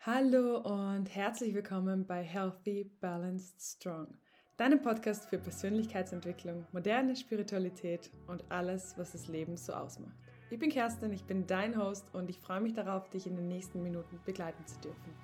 Hallo und herzlich willkommen bei Healthy, Balanced, Strong, deinem Podcast für Persönlichkeitsentwicklung, moderne Spiritualität und alles, was das Leben so ausmacht. Ich bin Kerstin, ich bin dein Host und ich freue mich darauf, dich in den nächsten Minuten begleiten zu dürfen.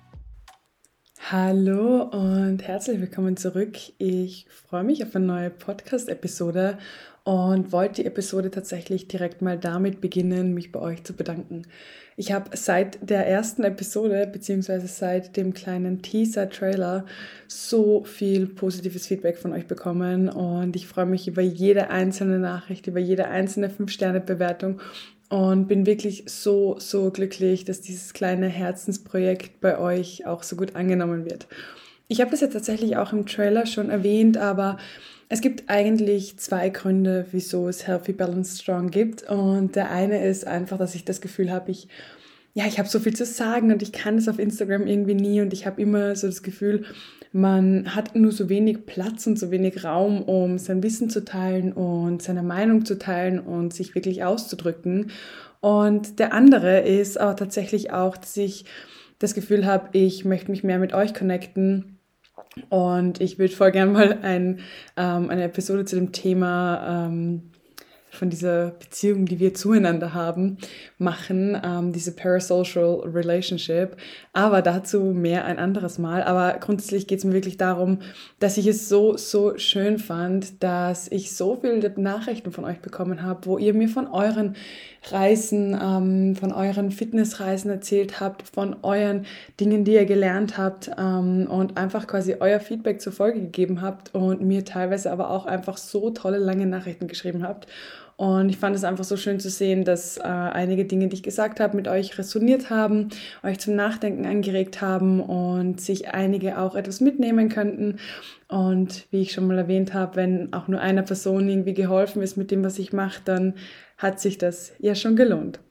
Hallo und herzlich willkommen zurück. Ich freue mich auf eine neue Podcast-Episode und wollte die Episode tatsächlich direkt mal damit beginnen, mich bei euch zu bedanken. Ich habe seit der ersten Episode beziehungsweise seit dem kleinen Teaser-Trailer so viel positives Feedback von euch bekommen und ich freue mich über jede einzelne Nachricht, über jede einzelne 5-Sterne-Bewertung und bin wirklich so glücklich, dass dieses kleine Herzensprojekt bei euch auch so gut angenommen wird. Ich habe das ja tatsächlich auch im Trailer schon erwähnt, aber es gibt eigentlich 2 Gründe, wieso es Healthy, Balanced, Strong gibt. Und der eine ist einfach, dass ich das Gefühl habe, ich habe so viel zu sagen und ich kann es auf Instagram irgendwie nie und ich habe immer so das Gefühl, man hat nur so wenig Platz und so wenig Raum, um sein Wissen zu teilen und seine Meinung zu teilen und sich wirklich auszudrücken. Und der andere ist aber tatsächlich auch, dass ich das Gefühl habe, ich möchte mich mehr mit euch connecten. Und ich würde voll gerne mal eine Episode zu dem Thema von dieser Beziehung, die wir zueinander haben, machen, diese Parasocial Relationship. Aber dazu mehr ein anderes Mal. Aber grundsätzlich geht es mir wirklich darum, dass ich es so schön fand, dass ich so viele Nachrichten von euch bekommen habe, wo ihr mir von euren Reisen, von euren Fitnessreisen erzählt habt, von euren Dingen, die ihr gelernt habt und einfach quasi euer Feedback zur Folge gegeben habt und mir teilweise aber auch einfach so tolle lange Nachrichten geschrieben habt. Und ich fand es einfach so schön zu sehen, dass einige Dinge, die ich gesagt habe, mit euch resoniert haben, euch zum Nachdenken angeregt haben und sich einige auch etwas mitnehmen könnten. Und wie ich schon mal erwähnt habe, wenn auch nur einer Person irgendwie geholfen ist mit dem, was ich mache, dann hat sich das ja schon gelohnt.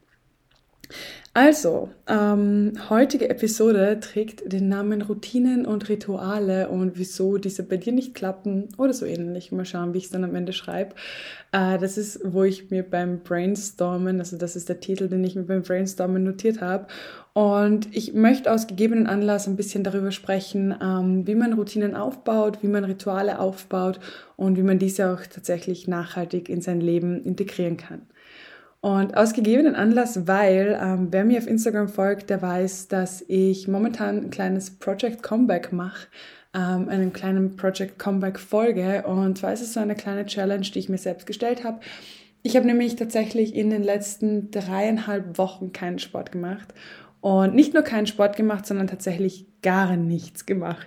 Also, heutige Episode trägt den Namen Routinen und Rituale und wieso diese bei dir nicht klappen oder so ähnlich. Mal schauen, wie ich es dann am Ende schreibe. Das ist, wo ich mir beim Brainstormen, also das ist der Titel, den ich mir beim Brainstormen notiert habe. Und ich möchte aus gegebenen Anlass ein bisschen darüber sprechen, wie man Routinen aufbaut, wie man Rituale aufbaut und wie man diese auch tatsächlich nachhaltig in sein Leben integrieren kann. Und aus gegebenen Anlass, weil wer mir auf Instagram folgt, der weiß, dass ich momentan ein kleines Project Comeback mache, einem kleinen Project Comeback folge. Und zwar ist es so eine kleine Challenge, die ich mir selbst gestellt habe. Ich habe nämlich tatsächlich in den letzten 3,5 Wochen keinen Sport gemacht. Und nicht nur keinen Sport gemacht, sondern tatsächlich gar nichts gemacht.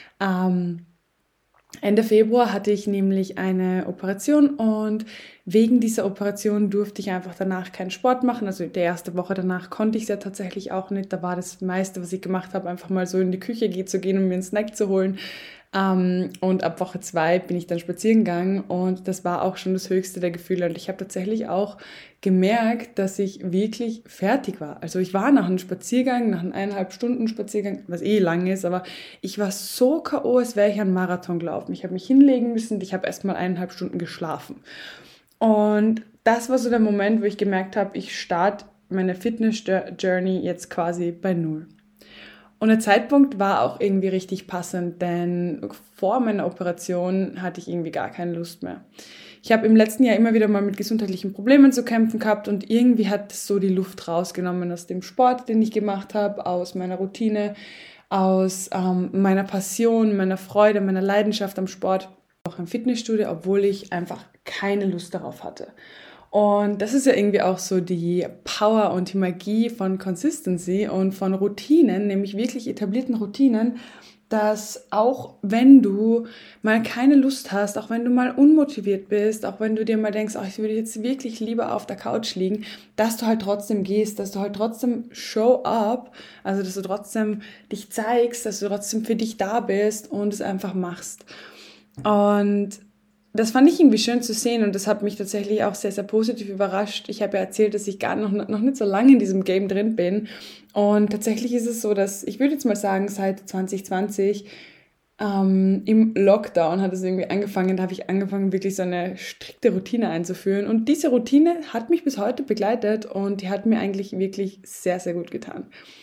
Ende Februar hatte ich nämlich eine Operation und wegen dieser Operation durfte ich einfach danach keinen Sport machen. Also die erste Woche danach konnte ich es ja tatsächlich auch nicht. Da war das meiste, was ich gemacht habe, einfach mal so in die Küche zu gehen, um mir einen Snack zu holen. Und ab Woche 2 bin ich dann spazieren gegangen und das war auch schon das höchste der Gefühle. Und ich habe tatsächlich auch gemerkt, dass ich wirklich fertig war. Also ich war nach einem Spaziergang, nach einem 1,5 Stunden Spaziergang, was lang ist, aber ich war so K.O., als wäre ich einen Marathon gelaufen. Ich habe mich hinlegen müssen und ich habe erst mal 1,5 Stunden geschlafen. Und das war so der Moment, wo ich gemerkt habe, ich starte meine Fitness-Journey jetzt quasi bei Null. Und der Zeitpunkt war auch irgendwie richtig passend, denn vor meiner Operation hatte ich irgendwie gar keine Lust mehr. Ich habe im letzten Jahr immer wieder mal mit gesundheitlichen Problemen zu kämpfen gehabt und irgendwie hat es so die Luft rausgenommen aus dem Sport, den ich gemacht habe, aus meiner Routine, aus meiner Passion, meiner Freude, meiner Leidenschaft am Sport, auch im Fitnessstudio, obwohl ich einfach keine Lust darauf hatte. Und das ist ja irgendwie auch so die Power und die Magie von Consistency und von Routinen, nämlich wirklich etablierten Routinen, dass auch wenn du mal keine Lust hast, auch wenn du mal unmotiviert bist, auch wenn du dir mal denkst, ich würde jetzt wirklich lieber auf der Couch liegen, dass du halt trotzdem gehst, dass du halt trotzdem show up, also dass du trotzdem dich zeigst, dass du trotzdem für dich da bist und es einfach machst. Und das fand ich irgendwie schön zu sehen und das hat mich tatsächlich auch sehr positiv überrascht. Ich habe ja erzählt, dass ich gar noch nicht so lange in diesem Game drin bin. Und tatsächlich ist es so, dass ich würde jetzt mal sagen, seit 2020 im Lockdown hat es irgendwie angefangen, da habe ich angefangen, wirklich so eine strikte Routine einzuführen. Und diese Routine hat mich bis heute begleitet und die hat mir eigentlich wirklich sehr gut getan.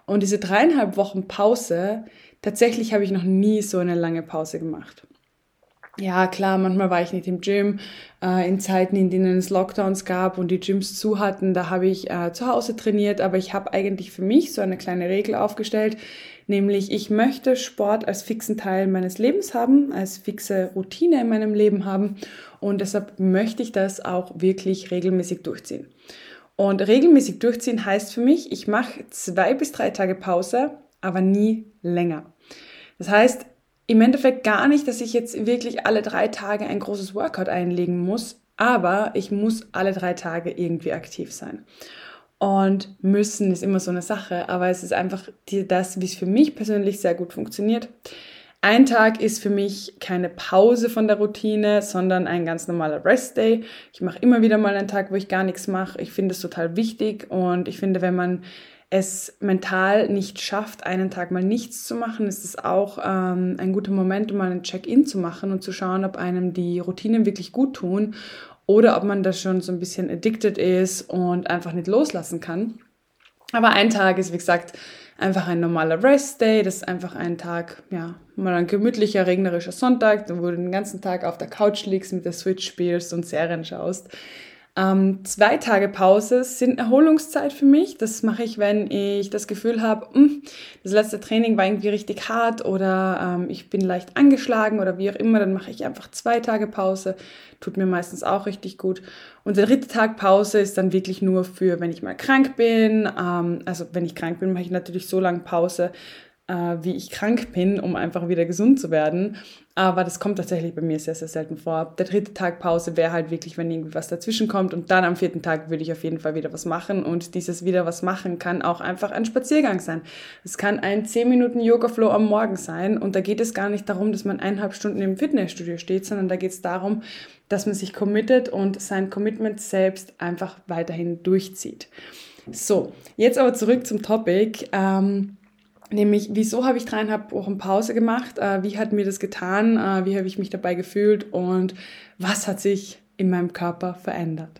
Und diese 3,5 Wochen Pause, tatsächlich habe ich noch nie so eine lange Pause gemacht. Ja, klar, manchmal war ich nicht im Gym. In Zeiten, in denen es Lockdowns gab und die Gyms zu hatten, da habe ich zu Hause trainiert. Aber ich habe eigentlich für mich so eine kleine Regel aufgestellt, nämlich ich möchte Sport als fixen Teil meines Lebens haben, als fixe Routine in meinem Leben haben. Und deshalb möchte ich das auch wirklich regelmäßig durchziehen. Und regelmäßig durchziehen heißt für mich, ich mache 2 bis 3 Tage Pause, aber nie länger. Das heißt, im Endeffekt gar nicht, dass ich jetzt wirklich alle 3 Tage ein großes Workout einlegen muss, aber ich muss alle 3 Tage irgendwie aktiv sein. Und müssen ist immer so eine Sache, aber es ist einfach das, wie es für mich persönlich sehr gut funktioniert. Ein Tag ist für mich keine Pause von der Routine, sondern ein ganz normaler Rest-Day. Ich mache immer wieder mal einen Tag, wo ich gar nichts mache. Ich finde es total wichtig und ich finde, wenn man es mental nicht schafft, einen Tag mal nichts zu machen, ist es auch ein guter Moment, um mal einen Check-in zu machen und zu schauen, ob einem die Routinen wirklich gut tun oder ob man da schon so ein bisschen addicted ist und einfach nicht loslassen kann. Aber ein Tag ist, wie gesagt, einfach ein normaler Rest-Day. Das ist einfach ein Tag, ja, mal ein gemütlicher, regnerischer Sonntag, wo du den ganzen Tag auf der Couch liegst, mit der Switch spielst und Serien schaust. 2 Tage Pause sind Erholungszeit für mich. Das mache ich, wenn ich das Gefühl habe, das letzte Training war irgendwie richtig hart oder ich bin leicht angeschlagen oder wie auch immer, dann mache ich einfach 2 Tage Pause. Tut mir meistens auch richtig gut. Und der 3. Tag Pause ist dann wirklich nur für, wenn ich mal krank bin. Also wenn ich krank bin, mache ich natürlich so lange Pause, wie ich krank bin, um einfach wieder gesund zu werden. Aber das kommt tatsächlich bei mir sehr, sehr selten vor. Der 3. Tag Pause wäre halt wirklich, wenn irgendwie was dazwischen kommt. Und dann am 4. Tag würde ich auf jeden Fall wieder was machen. Und dieses wieder was machen kann auch einfach ein Spaziergang sein. Es kann ein 10 Minuten Yoga-Flow am Morgen sein. Und da geht es gar nicht darum, dass man 1,5 Stunden im Fitnessstudio steht, sondern da geht es darum, dass man sich committet und sein Commitment selbst einfach weiterhin durchzieht. So, jetzt aber zurück zum Topic. Nämlich, wieso habe ich 3,5 Wochen Pause gemacht? Wie hat mir das getan? Wie habe ich mich dabei gefühlt? Und was hat sich in meinem Körper verändert?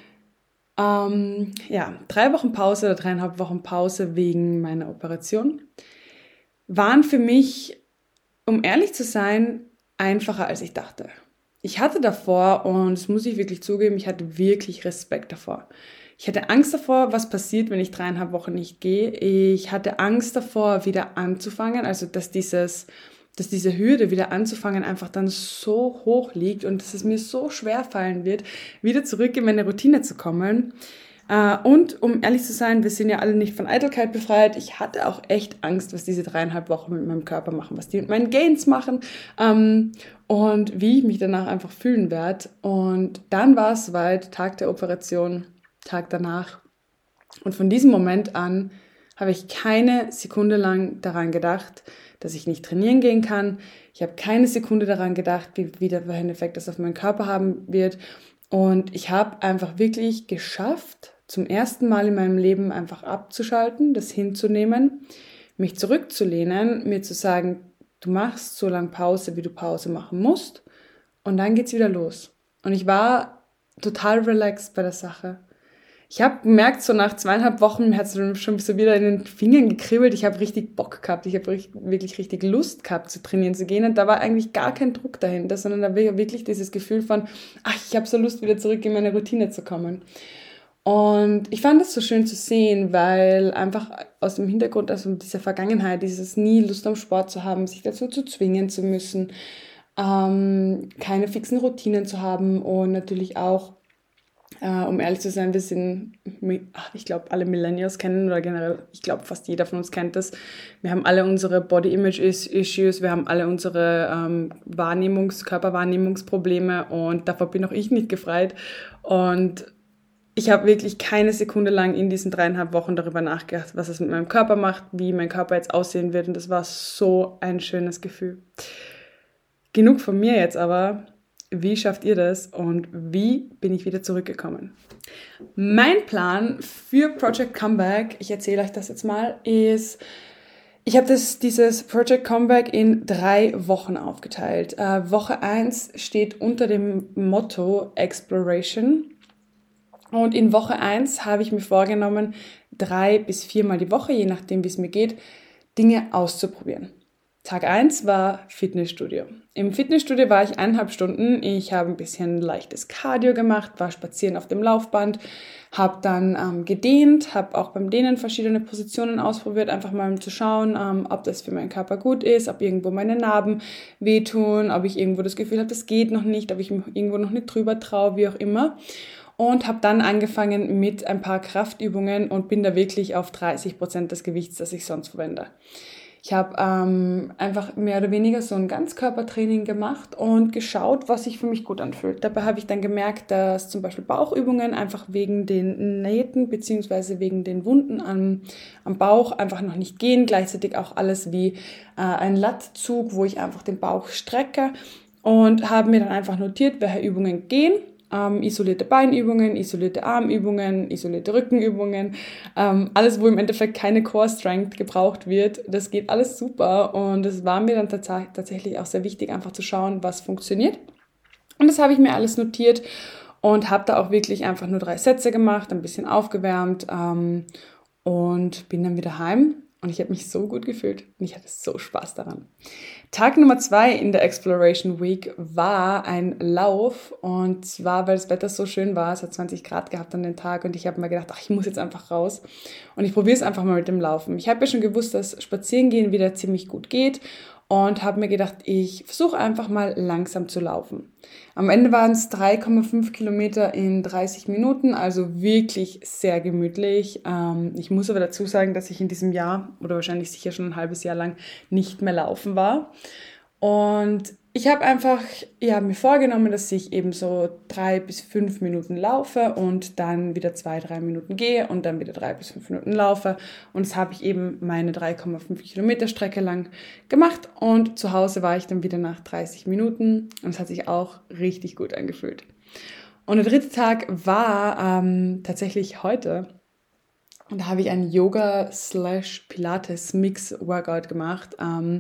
3 Wochen Pause oder 3,5 Wochen Pause wegen meiner Operation waren für mich, um ehrlich zu sein, einfacher als ich dachte. Ich hatte davor, und das muss ich wirklich zugeben, ich hatte wirklich Respekt davor. Ich hatte Angst davor, was passiert, wenn ich 3,5 Wochen nicht gehe. Ich hatte Angst davor, wieder anzufangen, also dass diese Hürde wieder anzufangen einfach dann so hoch liegt und dass es mir so schwer fallen wird, wieder zurück in meine Routine zu kommen. Und um ehrlich zu sein, wir sind ja alle nicht von Eitelkeit befreit. Ich hatte auch echt Angst, was diese 3,5 Wochen mit meinem Körper machen, was die mit meinen Gains machen und wie ich mich danach einfach fühlen werde. Und dann war es soweit, Tag der Operation, Tag danach. Und von diesem Moment an habe ich keine Sekunde lang daran gedacht, dass ich nicht trainieren gehen kann. Ich habe keine Sekunde daran gedacht, wie der Effekt das auf meinen Körper haben wird. Und ich habe einfach wirklich geschafft, zum ersten Mal in meinem Leben einfach abzuschalten, das hinzunehmen, mich zurückzulehnen, mir zu sagen, du machst so lange Pause, wie du Pause machen musst. Und dann geht's wieder los. Und ich war total relaxed bei der Sache. Ich habe gemerkt, so nach 2,5 Wochen hat es schon so wieder in den Fingern gekribbelt. Ich habe richtig Bock gehabt. Ich habe wirklich richtig Lust gehabt, zu trainieren zu gehen. Und da war eigentlich gar kein Druck dahinter, sondern da war wirklich dieses Gefühl von, ich habe so Lust, wieder zurück in meine Routine zu kommen. Und ich fand das so schön zu sehen, weil einfach aus dem Hintergrund, also dieser Vergangenheit, dieses nie Lust am Sport zu haben, sich dazu zu zwingen zu müssen, keine fixen Routinen zu haben und natürlich auch um ehrlich zu sein, ich glaube, alle Millennials kennen oder generell, ich glaube, fast jeder von uns kennt das. Wir haben alle unsere Body-Image-Issues, wir haben alle unsere Körperwahrnehmungsprobleme und davor bin auch ich nicht gefreit. Und ich habe wirklich keine Sekunde lang in diesen 3,5 Wochen darüber nachgedacht, was es mit meinem Körper macht, wie mein Körper jetzt aussehen wird. Und das war so ein schönes Gefühl. Genug von mir jetzt aber. Wie schafft ihr das und wie bin ich wieder zurückgekommen? Mein Plan für Project Comeback, ich erzähle euch das jetzt mal, ist, ich habe dieses Project Comeback in 3 Wochen aufgeteilt. Woche 1 steht unter dem Motto Exploration Und in Woche 1 habe ich mir vorgenommen, 3 bis 4 Mal die Woche, je nachdem wie es mir geht, Dinge auszuprobieren. Tag 1 war Fitnessstudio. Im Fitnessstudio war ich 1,5 Stunden. Ich habe ein bisschen leichtes Cardio gemacht, war spazieren auf dem Laufband, habe dann gedehnt, habe auch beim Dehnen verschiedene Positionen ausprobiert, einfach mal um zu schauen, ob das für meinen Körper gut ist, ob irgendwo meine Narben wehtun, ob ich irgendwo das Gefühl habe, das geht noch nicht, ob ich mich irgendwo noch nicht drüber traue, wie auch immer. Und habe dann angefangen mit ein paar Kraftübungen und bin da wirklich auf 30% des Gewichts, das ich sonst verwende. Ich habe einfach mehr oder weniger so ein Ganzkörpertraining gemacht und geschaut, was sich für mich gut anfühlt. Dabei habe ich dann gemerkt, dass zum Beispiel Bauchübungen einfach wegen den Nähten bzw. wegen den Wunden am Bauch einfach noch nicht gehen. Gleichzeitig auch alles wie ein Lattzug, wo ich einfach den Bauch strecke, und habe mir dann einfach notiert, welche Übungen gehen. Isolierte Beinübungen, isolierte Armübungen, isolierte Rückenübungen, alles, wo im Endeffekt keine Core Strength gebraucht wird. Das geht alles super, und es war mir dann tatsächlich auch sehr wichtig, einfach zu schauen, was funktioniert. Und das habe ich mir alles notiert und habe da auch wirklich einfach nur 3 Sätze gemacht, ein bisschen aufgewärmt und bin dann wieder heim. Und ich habe mich so gut gefühlt und ich hatte so Spaß daran. Tag Nummer 2 in der Exploration Week war ein Lauf, und zwar, weil das Wetter so schön war. Es hat 20 Grad gehabt an den Tag, und ich habe mir gedacht, ich muss jetzt einfach raus und ich probiere es einfach mal mit dem Laufen. Ich habe ja schon gewusst, dass Spazierengehen wieder ziemlich gut geht, und habe mir gedacht, ich versuche einfach mal langsam zu laufen. Am Ende waren es 3,5 Kilometer in 30 Minuten, also wirklich sehr gemütlich. Ich muss aber dazu sagen, dass ich in diesem Jahr oder wahrscheinlich sicher schon ein halbes Jahr lang nicht mehr laufen war. Und ich habe einfach mir vorgenommen, dass ich eben so 3 bis 5 Minuten laufe und dann wieder 2-3 Minuten gehe und dann wieder 3 bis 5 Minuten laufe. Und das habe ich eben meine 3,5 Kilometer Strecke lang gemacht, und zu Hause war ich dann wieder nach 30 Minuten, und es hat sich auch richtig gut angefühlt. Und der dritte Tag war tatsächlich heute. Und da habe ich einen Yoga/Pilates-Mix-Workout gemacht.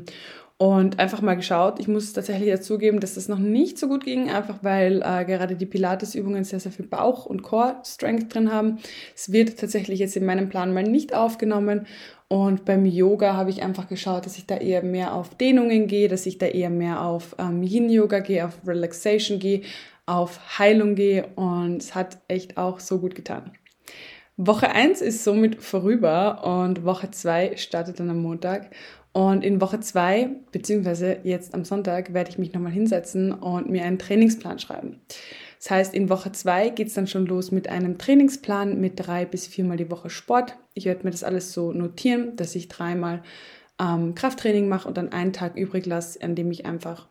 Und einfach mal geschaut. Ich muss tatsächlich dazugeben, dass das noch nicht so gut ging, einfach weil gerade die Pilates-Übungen sehr, sehr viel Bauch- und Core-Strength drin haben. Es wird tatsächlich jetzt in meinem Plan mal nicht aufgenommen. Und beim Yoga habe ich einfach geschaut, dass ich da eher mehr auf Dehnungen gehe, dass ich da eher mehr auf Yin-Yoga gehe, auf Relaxation gehe, auf Heilung gehe. Und es hat echt auch so gut getan. Woche 1 ist somit vorüber, und Woche 2 startet dann am Montag. Und in Woche 2, beziehungsweise jetzt am Sonntag, werde ich mich nochmal hinsetzen und mir einen Trainingsplan schreiben. Das heißt, in Woche 2 geht es dann schon los mit einem Trainingsplan mit 3 bis 4 Mal die Woche Sport. Ich werde mir das alles so notieren, dass ich 3 Mal Krafttraining mache und dann einen Tag übrig lasse, an dem ich einfach,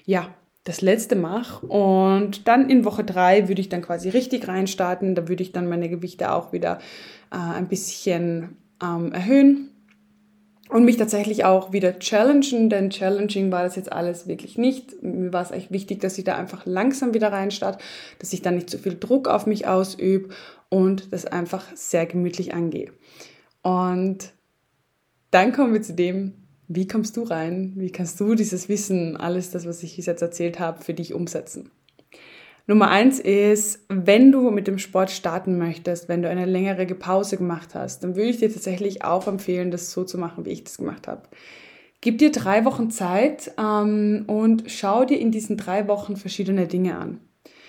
das Letzte mache. Und dann in Woche 3 würde ich dann quasi richtig reinstarten. Da würde ich dann meine Gewichte auch wieder ein bisschen erhöhen. Und mich tatsächlich auch wieder challengen, denn challenging war das jetzt alles wirklich nicht. Mir war es echt wichtig, dass ich da einfach langsam wieder reinstarte, dass ich da nicht zu viel Druck auf mich ausübe und das einfach sehr gemütlich angehe. Und dann kommen wir zu dem, wie kommst du rein? Wie kannst du dieses Wissen, alles das, was ich jetzt erzählt habe, für dich umsetzen? Nummer 1 ist, wenn du mit dem Sport starten möchtest, wenn du eine längere Pause gemacht hast, dann würde ich dir tatsächlich auch empfehlen, das so zu machen, wie ich das gemacht habe. Gib dir 3 Wochen Zeit und schau dir in diesen 3 Wochen verschiedene Dinge an.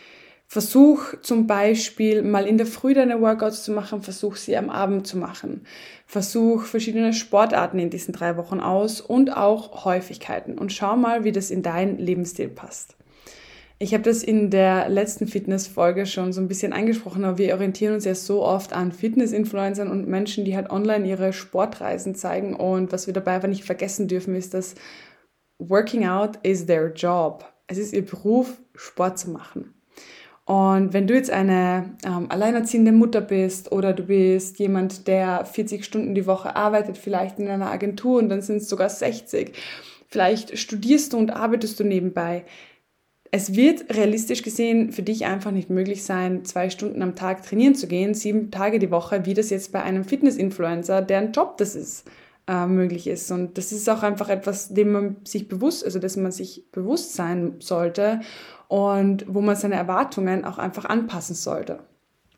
Versuch zum Beispiel mal in der Früh deine Workouts zu machen, versuch sie am Abend zu machen. Versuch verschiedene Sportarten in diesen 3 Wochen aus und auch Häufigkeiten, und schau mal, wie das in deinen Lebensstil passt. Ich habe das in der letzten Fitness-Folge schon so ein bisschen angesprochen, aber wir orientieren uns ja so oft an Fitness-Influencern und Menschen, die halt online ihre Sportreisen zeigen, und was wir dabei aber nicht vergessen dürfen, ist, dass Working out is their job. Es ist ihr Beruf, Sport zu machen. Und wenn du jetzt eine alleinerziehende Mutter bist oder du bist jemand, der 40 Stunden die Woche arbeitet, vielleicht in einer Agentur, und dann sind es sogar 60, vielleicht studierst du und arbeitest du nebenbei. Es wird realistisch gesehen für dich einfach nicht möglich sein, 2 Stunden am Tag trainieren zu gehen, 7 Tage die Woche, wie das jetzt bei einem Fitness-Influencer, deren Job das ist, möglich ist. Und das ist auch einfach etwas, dem man sich dass man sich bewusst sein sollte und wo man seine Erwartungen auch einfach anpassen sollte.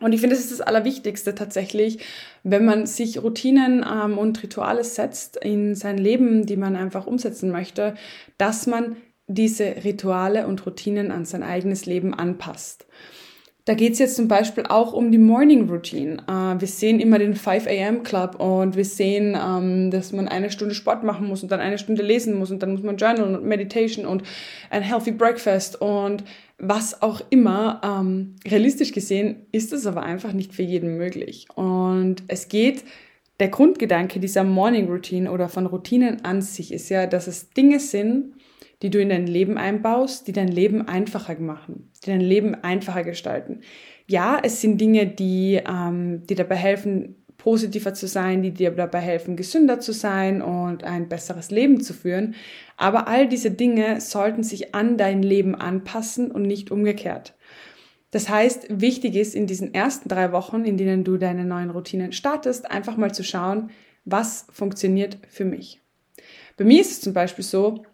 Und ich finde, das ist das Allerwichtigste tatsächlich, wenn man sich Routinen und Rituale setzt in sein Leben, die man einfach umsetzen möchte, dass man diese Rituale und Routinen an sein eigenes Leben anpasst. Da geht es jetzt zum Beispiel auch um die Morning Routine. Wir sehen immer den 5 a.m. Club und wir sehen, dass man 1 Stunde Sport machen muss und dann 1 Stunde lesen muss und dann muss man Journal und Meditation und ein Healthy Breakfast und was auch immer. Realistisch gesehen ist es aber einfach nicht für jeden möglich. Und der Grundgedanke dieser Morning Routine oder von Routinen an sich ist ja, dass es Dinge sind, die du in dein Leben einbaust, die dein Leben einfacher machen, die dein Leben einfacher gestalten. Ja, es sind Dinge, die dabei helfen, positiver zu sein, die dir dabei helfen, gesünder zu sein und ein besseres Leben zu führen. Aber all diese Dinge sollten sich an dein Leben anpassen und nicht umgekehrt. Das heißt, wichtig ist in diesen ersten 3 Wochen, in denen du deine neuen Routinen startest, einfach mal zu schauen, was funktioniert für mich. Bei mir ist es zum Beispiel so,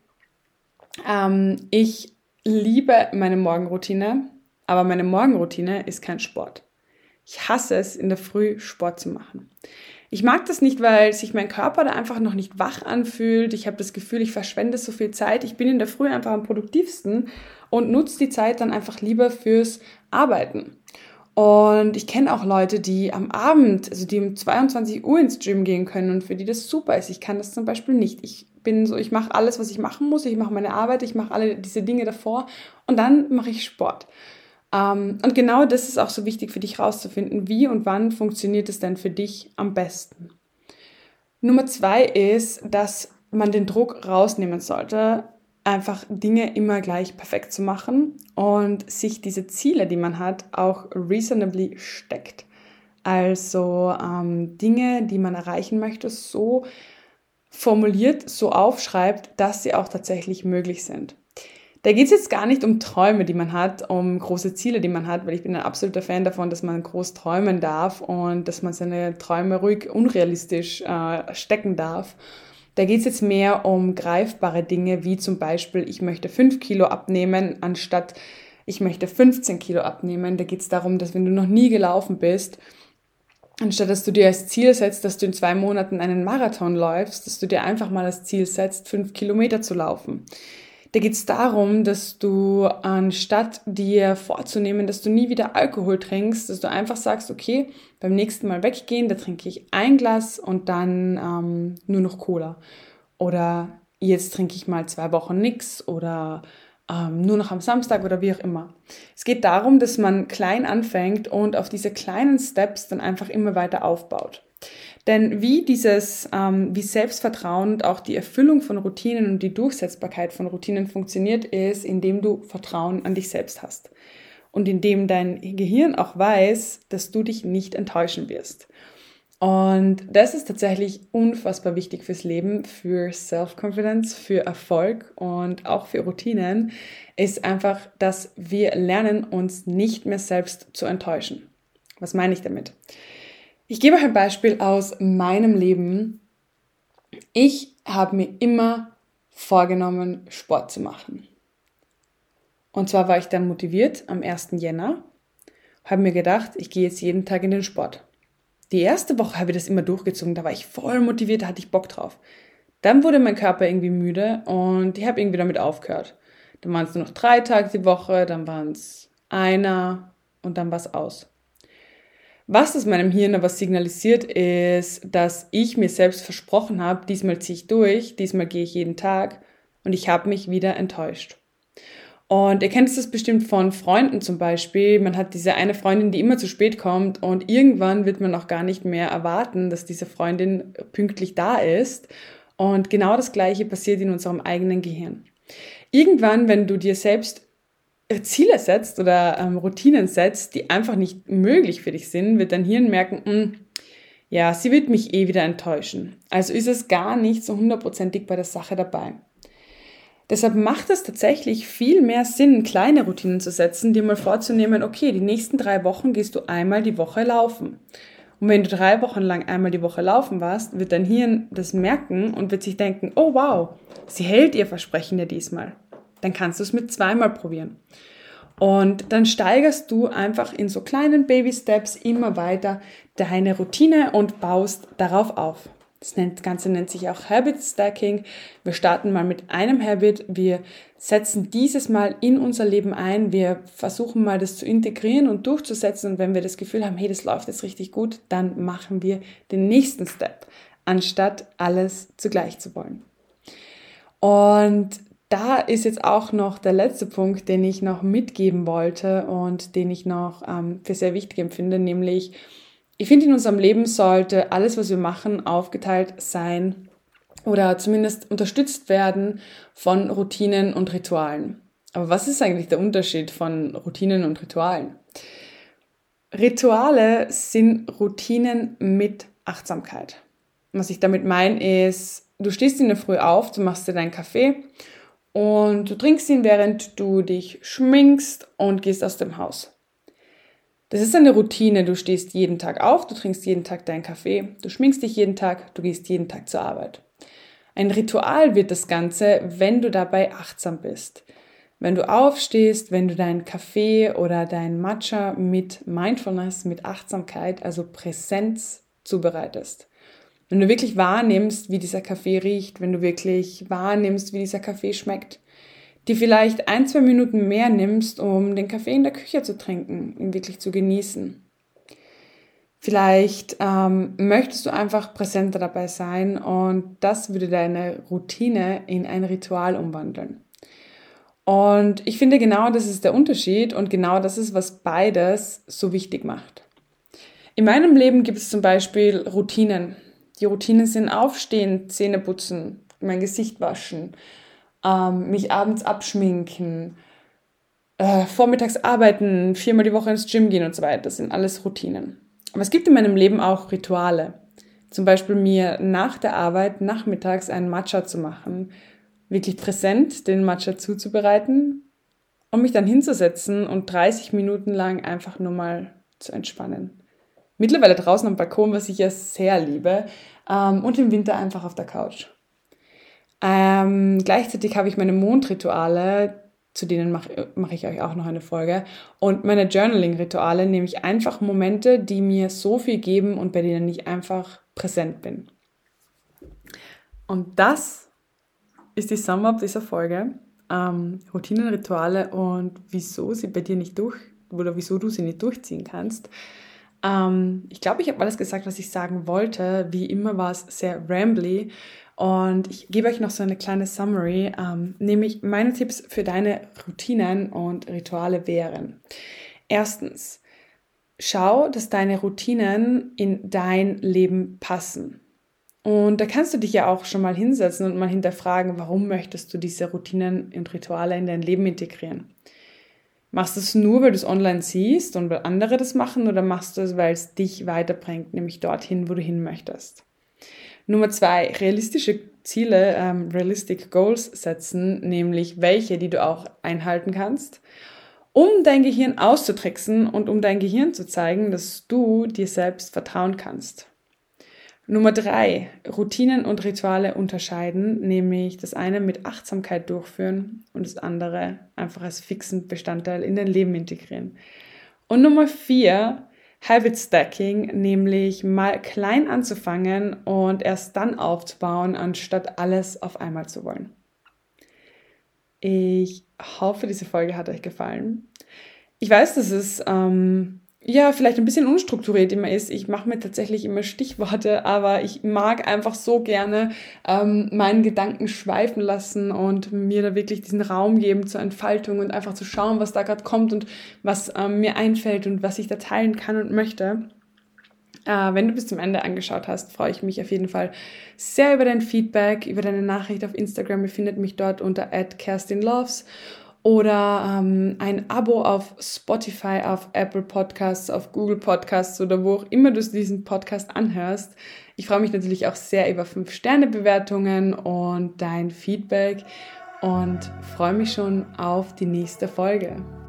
ich liebe meine Morgenroutine, aber meine Morgenroutine ist kein Sport. Ich hasse es, in der Früh Sport zu machen. Ich mag das nicht, weil sich mein Körper da einfach noch nicht wach anfühlt. Ich habe das Gefühl, ich verschwende so viel Zeit. Ich bin in der Früh einfach am produktivsten und nutze die Zeit dann einfach lieber fürs Arbeiten. Und ich kenne auch Leute, die am Abend, also die um 22 Uhr ins Gym gehen können und für die das super ist. Ich kann das zum Beispiel nicht. Ich mache alles, was ich machen muss. Ich mache meine Arbeit, ich mache alle diese Dinge davor und dann mache ich Sport. Und genau das ist auch so wichtig für dich rauszufinden, wie und wann funktioniert es denn für dich am besten. Nummer 2 ist, dass man den Druck rausnehmen sollte, einfach Dinge immer gleich perfekt zu machen und sich diese Ziele, die man hat, auch reasonably steckt. Also Dinge, die man erreichen möchte, so formuliert, so aufschreibt, dass sie auch tatsächlich möglich sind. Da geht es jetzt gar nicht um Träume, die man hat, um große Ziele, die man hat, weil ich bin ein absoluter Fan davon, dass man groß träumen darf und dass man seine Träume ruhig unrealistisch stecken darf. Da geht es jetzt mehr um greifbare Dinge, wie zum Beispiel, ich möchte 5 Kilo abnehmen, anstatt ich möchte 15 Kilo abnehmen. Da geht es darum, dass wenn du noch nie gelaufen bist, anstatt dass du dir als Ziel setzt, dass du in 2 Monaten einen Marathon läufst, dass du dir einfach mal als Ziel setzt, 5 Kilometer zu laufen. Da geht es darum, dass du anstatt dir vorzunehmen, dass du nie wieder Alkohol trinkst, dass du einfach sagst, okay, beim nächsten Mal weggehen, da trinke ich 1 Glas und dann nur noch Cola. Oder jetzt trinke ich mal 2 Wochen nichts oder nur noch am Samstag oder wie auch immer. Es geht darum, dass man klein anfängt und auf diese kleinen Steps dann einfach immer weiter aufbaut. Denn wie Selbstvertrauen und auch die Erfüllung von Routinen und die Durchsetzbarkeit von Routinen funktioniert, ist, indem du Vertrauen an dich selbst hast. Und indem dein Gehirn auch weiß, dass du dich nicht enttäuschen wirst. Und das ist tatsächlich unfassbar wichtig fürs Leben, für Self-Confidence, für Erfolg und auch für Routinen, ist einfach, dass wir lernen, uns nicht mehr selbst zu enttäuschen. Was meine ich damit? Ich gebe euch ein Beispiel aus meinem Leben. Ich habe mir immer vorgenommen, Sport zu machen. Und zwar war ich dann motiviert am 1. Jänner, habe mir gedacht, ich gehe jetzt jeden Tag in den Sport. Die erste Woche habe ich das immer durchgezogen, da war ich voll motiviert, da hatte ich Bock drauf. Dann wurde mein Körper irgendwie müde und ich habe irgendwie damit aufgehört. Dann waren es nur noch 3 Tage die Woche, dann waren es 1 und dann war es aus. Was das meinem Hirn aber signalisiert, ist, dass ich mir selbst versprochen habe, diesmal ziehe ich durch, diesmal gehe ich jeden Tag und ich habe mich wieder enttäuscht. Und ihr kennt das bestimmt von Freunden zum Beispiel. Man hat diese eine Freundin, die immer zu spät kommt und irgendwann wird man auch gar nicht mehr erwarten, dass diese Freundin pünktlich da ist. Und genau das Gleiche passiert in unserem eigenen Gehirn. Irgendwann, wenn du dir selbst Ziele setzt oder Routinen setzt, die einfach nicht möglich für dich sind, wird dein Hirn merken, ja, sie wird mich eh wieder enttäuschen. Also ist es gar nicht so 100%ig bei der Sache dabei. Deshalb macht es tatsächlich viel mehr Sinn, kleine Routinen zu setzen, dir mal vorzunehmen, okay, die nächsten 3 Wochen gehst du einmal die Woche laufen. Und wenn du 3 Wochen lang einmal die Woche laufen warst, wird dein Hirn das merken und wird sich denken, oh wow, sie hält ihr Versprechen ja diesmal. Dann kannst du es mit 2-mal probieren. Und dann steigerst du einfach in so kleinen Baby-Steps immer weiter deine Routine und baust darauf auf. Das Ganze nennt sich auch Habit Stacking. Wir starten mal mit einem Habit. Wir setzen dieses Mal in unser Leben ein. Wir versuchen mal das zu integrieren und durchzusetzen. Und wenn wir das Gefühl haben, hey, das läuft jetzt richtig gut, dann machen wir den nächsten Step, anstatt alles zugleich zu wollen. Und da ist jetzt auch noch der letzte Punkt, den ich noch mitgeben wollte und den ich noch für sehr wichtig empfinde, nämlich ich finde, in unserem Leben sollte alles, was wir machen, aufgeteilt sein oder zumindest unterstützt werden von Routinen und Ritualen. Aber was ist eigentlich der Unterschied von Routinen und Ritualen? Rituale sind Routinen mit Achtsamkeit. Was ich damit meine ist, du stehst in der Früh auf, du machst dir deinen Kaffee und du trinkst ihn, während du dich schminkst und gehst aus dem Haus. Das ist eine Routine, du stehst jeden Tag auf, du trinkst jeden Tag deinen Kaffee, du schminkst dich jeden Tag, du gehst jeden Tag zur Arbeit. Ein Ritual wird das Ganze, wenn du dabei achtsam bist. Wenn du aufstehst, wenn du deinen Kaffee oder dein Matcha mit Mindfulness, mit Achtsamkeit, also Präsenz zubereitest. Wenn du wirklich wahrnimmst, wie dieser Kaffee riecht, wenn du wirklich wahrnimmst, wie dieser Kaffee schmeckt, die vielleicht 1-2 Minuten mehr nimmst, um den Kaffee in der Küche zu trinken, ihn wirklich zu genießen. Vielleicht möchtest du einfach präsenter dabei sein und das würde deine Routine in ein Ritual umwandeln. Und ich finde, genau das ist der Unterschied und genau das ist, was beides so wichtig macht. In meinem Leben gibt es zum Beispiel Routinen. Die Routinen sind Aufstehen, Zähne putzen, mein Gesicht waschen, mich abends abschminken, vormittags arbeiten, 4-mal die Woche ins Gym gehen und so weiter. Das sind alles Routinen. Aber es gibt in meinem Leben auch Rituale. Zum Beispiel mir nach der Arbeit nachmittags einen Matcha zu machen, wirklich präsent den Matcha zuzubereiten und mich dann hinzusetzen und 30 Minuten lang einfach nur mal zu entspannen. Mittlerweile draußen am Balkon, was ich ja sehr liebe, und im Winter einfach auf der Couch. Gleichzeitig habe ich meine Mondrituale, zu denen mache ich euch auch noch eine Folge, und meine Journaling-Rituale, nämlich einfach Momente, die mir so viel geben und bei denen ich einfach präsent bin. Und das ist die Sum-Up dieser Folge. Routinen, Rituale und wieso sie bei dir nicht wieso du sie nicht durchziehen kannst. Ich glaube, ich habe alles gesagt, was ich sagen wollte. Wie immer war es sehr rambly. Und ich gebe euch noch so eine kleine Summary, nämlich meine Tipps für deine Routinen und Rituale wären. Erstens, schau, dass deine Routinen in dein Leben passen. Und da kannst du dich ja auch schon mal hinsetzen und mal hinterfragen, warum möchtest du diese Routinen und Rituale in dein Leben integrieren? Machst du es nur, weil du es online siehst und weil andere das machen, oder machst du es, weil es dich weiterbringt, nämlich dorthin, wo du hin möchtest? Nummer 2, realistische Ziele, Realistic Goals setzen, nämlich welche, die du auch einhalten kannst, um dein Gehirn auszutricksen und um dein Gehirn zu zeigen, dass du dir selbst vertrauen kannst. Nummer 3, Routinen und Rituale unterscheiden, nämlich das eine mit Achtsamkeit durchführen und das andere einfach als fixen Bestandteil in dein Leben integrieren. Und Nummer 4, Habit Stacking, nämlich mal klein anzufangen und erst dann aufzubauen, anstatt alles auf einmal zu wollen. Ich hoffe, diese Folge hat euch gefallen. Ich weiß, dass es vielleicht ein bisschen unstrukturiert immer ist. Ich mache mir tatsächlich immer Stichworte, aber ich mag einfach so gerne meinen Gedanken schweifen lassen und mir da wirklich diesen Raum geben zur Entfaltung und einfach zu schauen, was da gerade kommt und was mir einfällt und was ich da teilen kann und möchte. Wenn du bis zum Ende angeschaut hast, freue ich mich auf jeden Fall sehr über dein Feedback, über deine Nachricht auf Instagram. Ihr findet mich dort unter @KerstinLoves. Oder ein Abo auf Spotify, auf Apple Podcasts, auf Google Podcasts oder wo auch immer du diesen Podcast anhörst. Ich freue mich natürlich auch sehr über 5-Sterne-Bewertungen und dein Feedback und freue mich schon auf die nächste Folge.